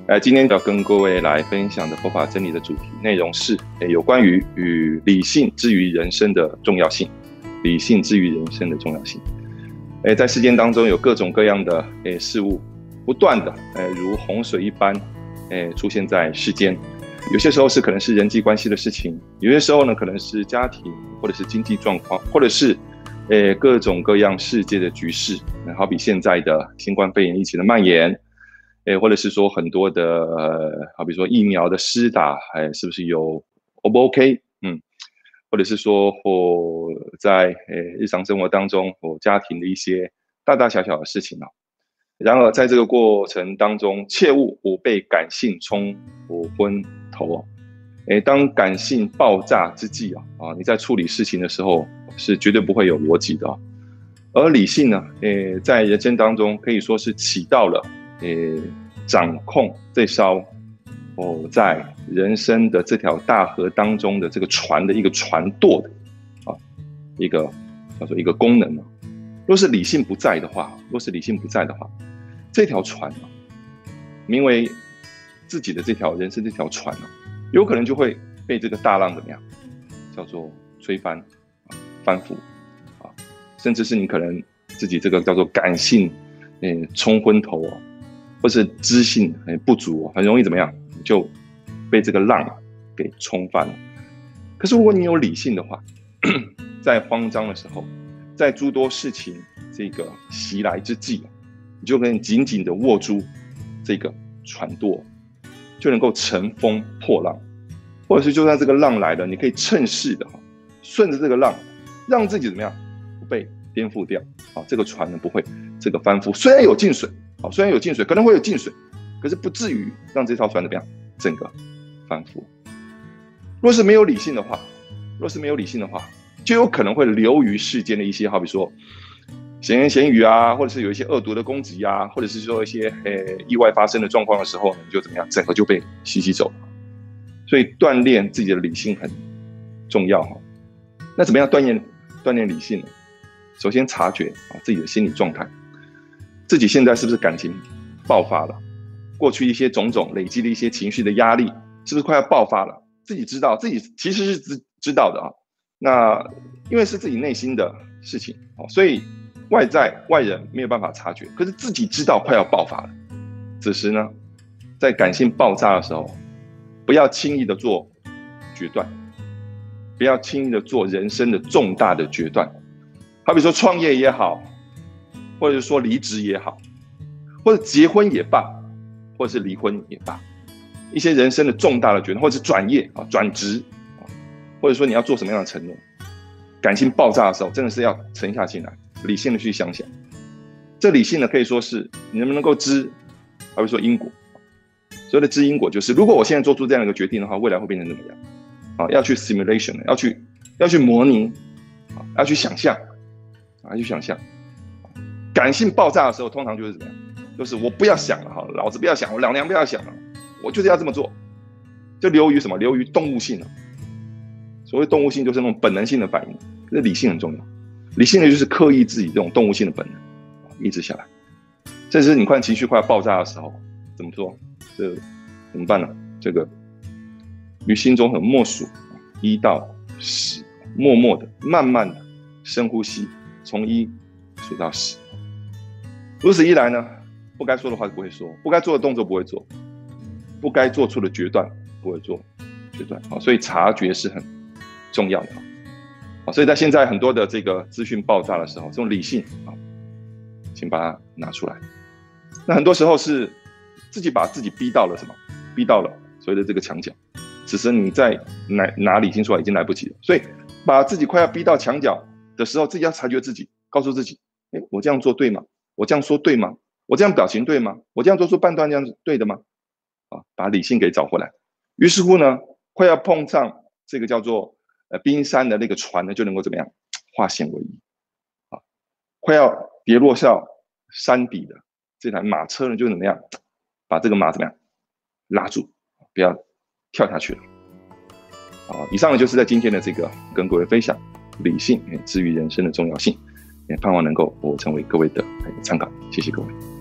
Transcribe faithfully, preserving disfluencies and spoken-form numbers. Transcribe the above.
呃，今天要跟各位来分享的佛法真理的主题内容是，呃、有关于与理性之于人生的重要性。理性之于人生的重要性。呃、在世间当中有各种各样的、呃、事物，不断的、呃、如洪水一般、呃、出现在世间。有些时候是可能是人际关系的事情，有些时候呢可能是家庭或者是经济状况，或者是、呃、各种各样世界的局势。好比现在的新冠肺炎疫情的蔓延。诶，或者是说很多的，呃，好比说疫苗的施打，哎，是不是有 O 不 OK？ 嗯，或者是说或在诶日常生活当中或家庭的一些大大小小的事情啊。然而在这个过程当中，切勿我被感性冲我昏头啊！诶，当感性爆炸之际啊，啊，你在处理事情的时候是绝对不会有逻辑的啊。而理性呢，诶，在人生当中可以说是起到了。呃，掌控这艘哦，在人生的这条大河当中的这个船的一个船舵的啊，一个叫做一个功能啊。若是理性不在的话，若是理性不在的话，这条船啊，名为自己的这条人生这条船啊，有可能就会被这个大浪怎么样，叫做吹翻、啊、翻覆啊，甚至是你可能自己这个叫做感性，呃，冲昏头啊。或是知性不足，很容易怎么样就被这个浪给冲翻了。可是如果你有理性的话，在慌张的时候，在诸多事情这个袭来之际，你就可以紧紧的握住这个船舵，就能够乘风破浪。或者是就算这个浪来了，你可以趁势的顺着这个浪，让自己怎么样不被颠覆掉，这个船呢不会这个翻覆。虽然有进水，虽然有进水，可能会有进水，可是不至于让这条船怎么样整个翻覆。若是没有理性的话，若是没有理性的话，就有可能会流于世间的一些，好比说闲言闲语啊，或者是有一些恶毒的攻击啊，或者是说一些、欸、意外发生的状况的时候呢，你就怎么样，整个就被吸吸走了。所以锻炼自己的理性很重要。那怎么样锻炼锻炼理性呢？首先察觉自己的心理状态。自己现在是不是感情爆发了？过去一些种种累积的一些情绪的压力，是不是快要爆发了？自己知道，自己其实是知知道的啊。那因为是自己内心的事情，所以外在外人没有办法察觉，可是自己知道快要爆发了。此时呢，在感性爆炸的时候，不要轻易的做决断，不要轻易的做人生的重大的决断。好比说创业也好，或者说离职也好，或者结婚也罢，或者是离婚也罢，一些人生的重大的决定，或者是转业啊、转职，或者说你要做什么样的承诺，感性爆炸的时候，真的是要沉下心来，理性的去想想。这理性呢，可以说是你能不能够知，好比说因果。所谓的知因果，就是如果我现在做出这样一个决定的话，未来会变成怎么样？啊，要去 simulation， 要去要去模拟，啊，要去想象，啊，要去想象。感性爆炸的时候，通常就是怎么样？就是我不要想了哈，老子不要想，我老娘不要想了，我就是要这么做，就流于什么？流于动物性了。所谓动物性，就是那种本能性的反应。这理性很重要，理性的就是刻意自己这种动物性的本能，抑制下来。这是你快情绪快要爆炸的时候，怎么做？这怎么办呢？这个于心中很默数，一到十，默默的、慢慢的深呼吸，从一数到十。如此一来呢，不该说的话不会说，不该做的动作不会做，不该做出的决断不会做决断。所以察觉是很重要的。所以在现在很多的这个资讯爆炸的时候，这种理性啊，请把它拿出来。那很多时候是自己把自己逼到了什么？逼到了所谓的这个墙角。此时你在拿拿理性出来已经来不及了。所以把自己快要逼到墙角的时候，自己要察觉自己，告诉自己：哎，我这样做对吗？我这样说对吗？我这样表情对吗？我这样做出判断这样是对的吗？啊，把理性给找回来。于是乎呢，快要碰上这个叫做呃冰山的那个船呢，就能够怎么样化险为夷啊？快要跌落到山底的这台马车呢，就怎么样把这个马怎么样拉住，不要跳下去了。啊，以上呢就是在今天的这个跟各位分享理性之于人生的重要性。也盼望能够我成为各位的参考，谢谢各位。